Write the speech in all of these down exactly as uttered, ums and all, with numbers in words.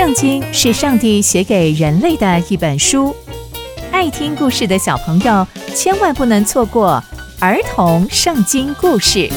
圣经是上帝写给人类的一本书，爱听故事的小朋友千万不能错过儿童圣经故事。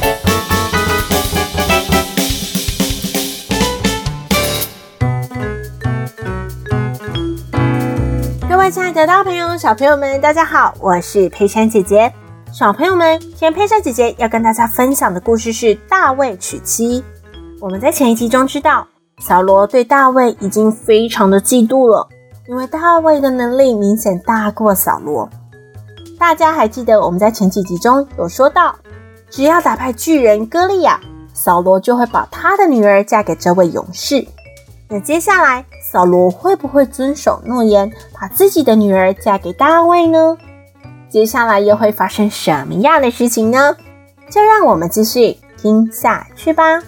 各位亲爱的大朋友小朋友们，大家好，我是佩珊姐姐。小朋友们，今天佩珊姐姐要跟大家分享的故事是大卫娶妻。我们在前一集中知道，扫罗对大卫已经非常的嫉妒了，因为大卫的能力明显大过扫罗。大家还记得我们在前几集中有说到，只要打败巨人歌利亚，扫罗就会把他的女儿嫁给这位勇士。那接下来扫罗会不会遵守诺言，把自己的女儿嫁给大卫呢？接下来又会发生什么样的事情呢？就让我们继续听下去吧。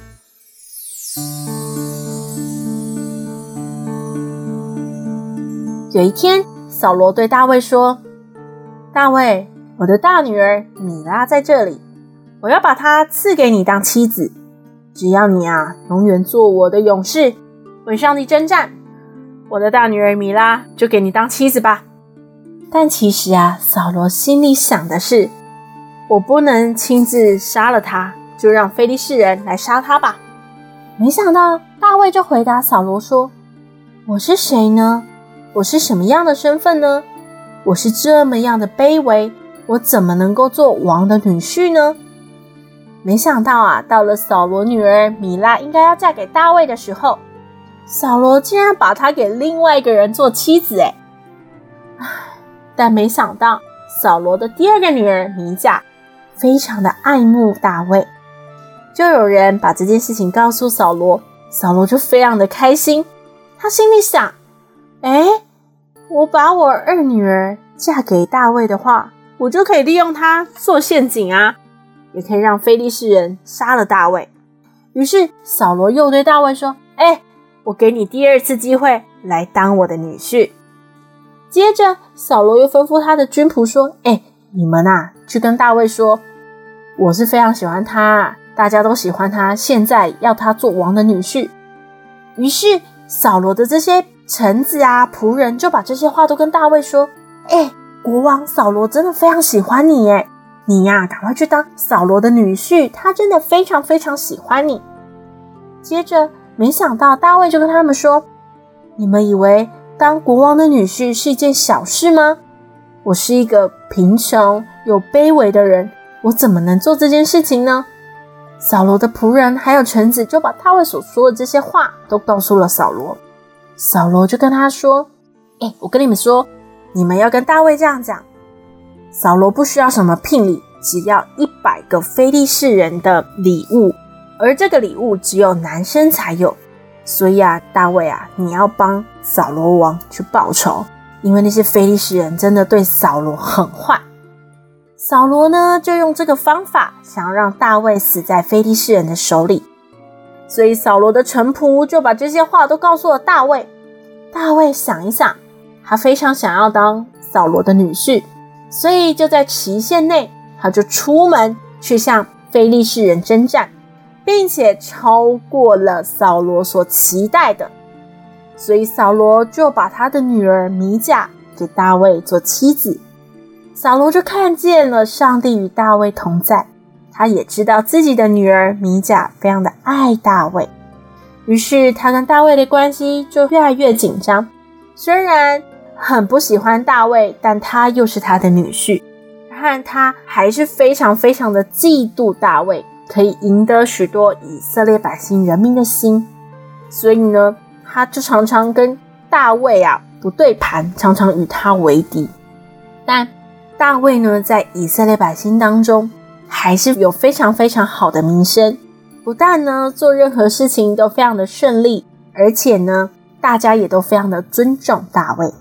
有一天，扫罗对大卫说，大卫，我的大女儿米拉在这里，我要把她赐给你当妻子，只要你啊永远做我的勇士，为上帝征战，我的大女儿米拉就给你当妻子吧。但其实啊，扫罗心里想的是，我不能亲自杀了她，就让非利士人来杀她吧。没想到大卫就回答扫罗说，我是谁呢？我是什么样的身份呢？我是这么样的卑微，我怎么能够做王的女婿呢？没想到啊，到了扫罗女儿米拉应该要嫁给大卫的时候，扫罗竟然把她给另外一个人做妻子诶。但没想到扫罗的第二个女儿米甲非常的爱慕大卫，就有人把这件事情告诉扫罗，扫罗就非常的开心。他心里想，诶，我把我二女儿嫁给大卫的话，我就可以利用她做陷阱啊，也可以让非利士人杀了大卫。于是扫罗又对大卫说，诶，我给你第二次机会来当我的女婿。接着扫罗又吩咐他的军仆说，诶，你们啊去跟大卫说，我是非常喜欢他，大家都喜欢他，现在要他做王的女婿。于是扫罗的这些臣子啊仆人就把这些话都跟大卫说，诶，国王扫罗真的非常喜欢你耶，你呀、啊、赶快去当扫罗的女婿，他真的非常非常喜欢你。接着没想到大卫就跟他们说，你们以为当国王的女婿是一件小事吗？我是一个贫穷又卑微的人，我怎么能做这件事情呢？扫罗的仆人还有臣子就把大卫所说的这些话都告诉了扫罗。扫罗就跟他说，诶，我跟你们说，你们要跟大卫这样讲，扫罗不需要什么聘礼，只要一百个非利士人的礼物，而这个礼物只有男生才有。所以啊，大卫啊，你要帮扫罗王去报仇，因为那些非利士人真的对扫罗很坏。扫罗呢，就用这个方法想要让大卫死在非利士人的手里。所以扫罗的臣仆就把这些话都告诉了大卫。大卫想一想，他非常想要当扫罗的女婿，所以就在期限内，他就出门去向非利士人征战，并且超过了扫罗所期待的。所以扫罗就把他的女儿米甲给大卫做妻子。扫罗就看见了上帝与大卫同在，他也知道自己的女儿米甲非常的爱大卫，于是他跟大卫的关系就越来越紧张。虽然很不喜欢大卫，但他又是他的女婿，但他还是非常非常的嫉妒大卫，可以赢得许多以色列百姓人民的心。所以呢，他就常常跟大卫啊不对盘，常常与他为敌。但大卫呢，在以色列百姓当中还是有非常非常好的名声，不但呢做任何事情都非常的顺利，而且呢大家也都非常的尊重大卫。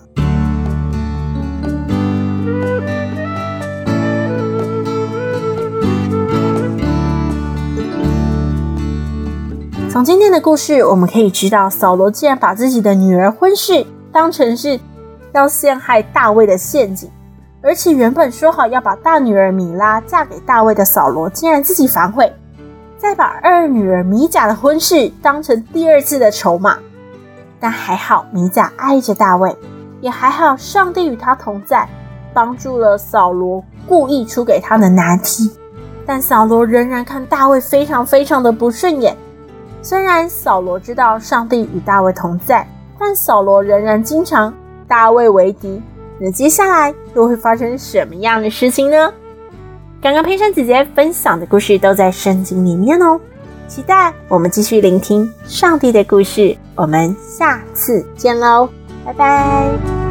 从今天的故事我们可以知道，扫罗竟然把自己的女儿婚事当成是要陷害大卫的陷阱，而且原本说好要把大女儿米拉嫁给大卫的扫罗竟然自己反悔，再把二女儿米甲的婚事当成第二次的筹码。 但还好米甲爱着大卫，也还好上帝与他同在，帮助了扫罗故意出给他的难题。但扫罗仍然看大卫非常非常的不顺眼。虽然扫罗知道上帝与大卫同在，但扫罗仍然经常大卫为敌。那接下来又会发生什么样的事情呢？刚刚佩珊姐姐分享的故事都在圣经里面哦，期待我们继续聆听上帝的故事。我们下次见喽，拜拜。